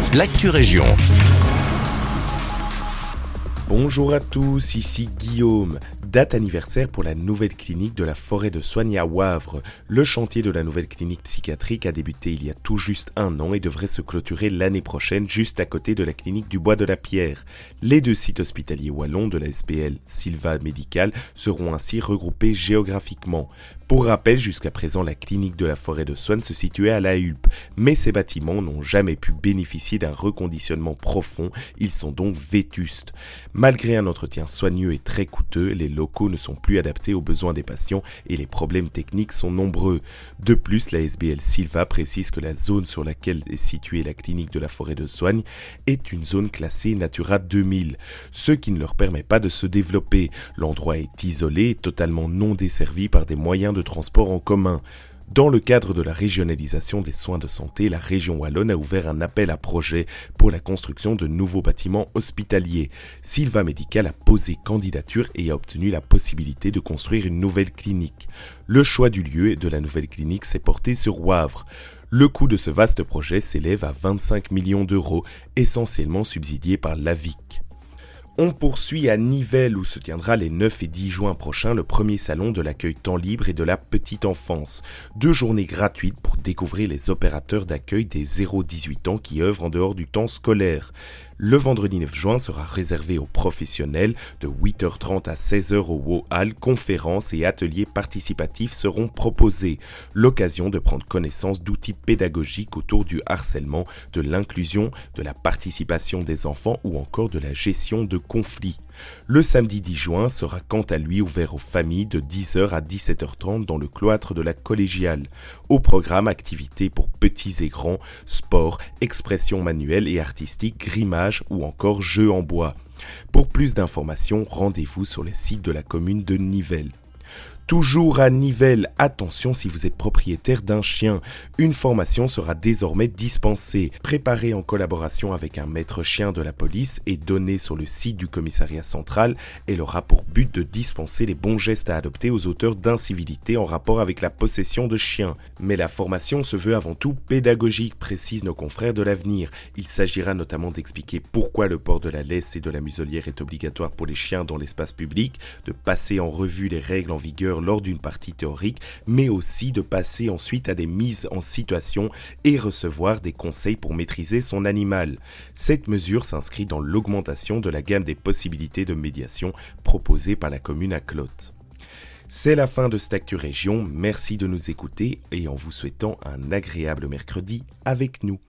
l'actu région. Bonjour à tous, ici Guillaume. Date anniversaire pour la nouvelle clinique de la Forêt de Soignes à Wavre. Le chantier de la nouvelle clinique psychiatrique a débuté il y a tout juste 1 an et devrait se clôturer l'année prochaine juste à côté de la clinique du Bois de la Pierre. Les 2 sites hospitaliers wallons de la SBL Silva Médical seront ainsi regroupés géographiquement. Pour rappel, jusqu'à présent, la clinique de la Forêt de Soignes se situait à La Hulpe, mais ces bâtiments n'ont jamais pu bénéficier d'un reconditionnement profond, ils sont donc vétustes. Malgré un entretien soigneux et très coûteux, les locaux ne sont plus adaptés aux besoins des patients et les problèmes techniques sont nombreux. De plus, la SBL Silva précise que la zone sur laquelle est située la clinique de la Forêt de Soignes est une zone classée Natura 2000, ce qui ne leur permet pas de se développer. L'endroit est isolé et totalement non desservi par des moyens de transport en commun. Dans le cadre de la régionalisation des soins de santé, la région wallonne a ouvert un appel à projet pour la construction de nouveaux bâtiments hospitaliers. Silva Médical a posé candidature et a obtenu la possibilité de construire une nouvelle clinique. Le choix du lieu de la nouvelle clinique s'est porté sur Wavre. Le coût de ce vaste projet s'élève à 25 millions d'euros, essentiellement subsidiés par l'AVIC. On poursuit à Nivelles où se tiendra les 9 et 10 juin prochains le premier salon de l'accueil temps libre et de la petite enfance. 2 journées gratuites pour découvrir les opérateurs d'accueil des 0-18 ans qui œuvrent en dehors du temps scolaire. Le vendredi 9 juin sera réservé aux professionnels. De 8h30 à 16h au WO Hall, conférences et ateliers participatifs seront proposés. L'occasion de prendre connaissance d'outils pédagogiques autour du harcèlement, de l'inclusion, de la participation des enfants ou encore de la gestion de conflits. Le samedi 10 juin sera quant à lui ouvert aux familles de 10h à 17h30 dans le cloître de la Collégiale. Au programme, activités pour petits et grands, sport, expression manuelle et artistique, grimage ou encore jeux en bois. Pour plus d'informations, rendez-vous sur le site de la commune de Nivelles. Toujours à Nivelles, attention si vous êtes propriétaire d'un chien, une formation sera désormais dispensée. Préparée en collaboration avec un maître chien de la police et donnée sur le site du commissariat central, elle aura pour but de dispenser les bons gestes à adopter aux auteurs d'incivilités en rapport avec la possession de chiens. Mais la formation se veut avant tout pédagogique, précisent nos confrères de l'Avenir. Il s'agira notamment d'expliquer pourquoi le port de la laisse et de la muselière est obligatoire pour les chiens dans l'espace public, de passer en revue les règles en vigueur lors d'une partie théorique, mais aussi de passer ensuite à des mises en situation et recevoir des conseils pour maîtriser son animal. Cette mesure s'inscrit dans l'augmentation de la gamme des possibilités de médiation proposées par la commune à Clotes. C'est la fin de cette Actu Région, merci de nous écouter et en vous souhaitant un agréable mercredi avec nous.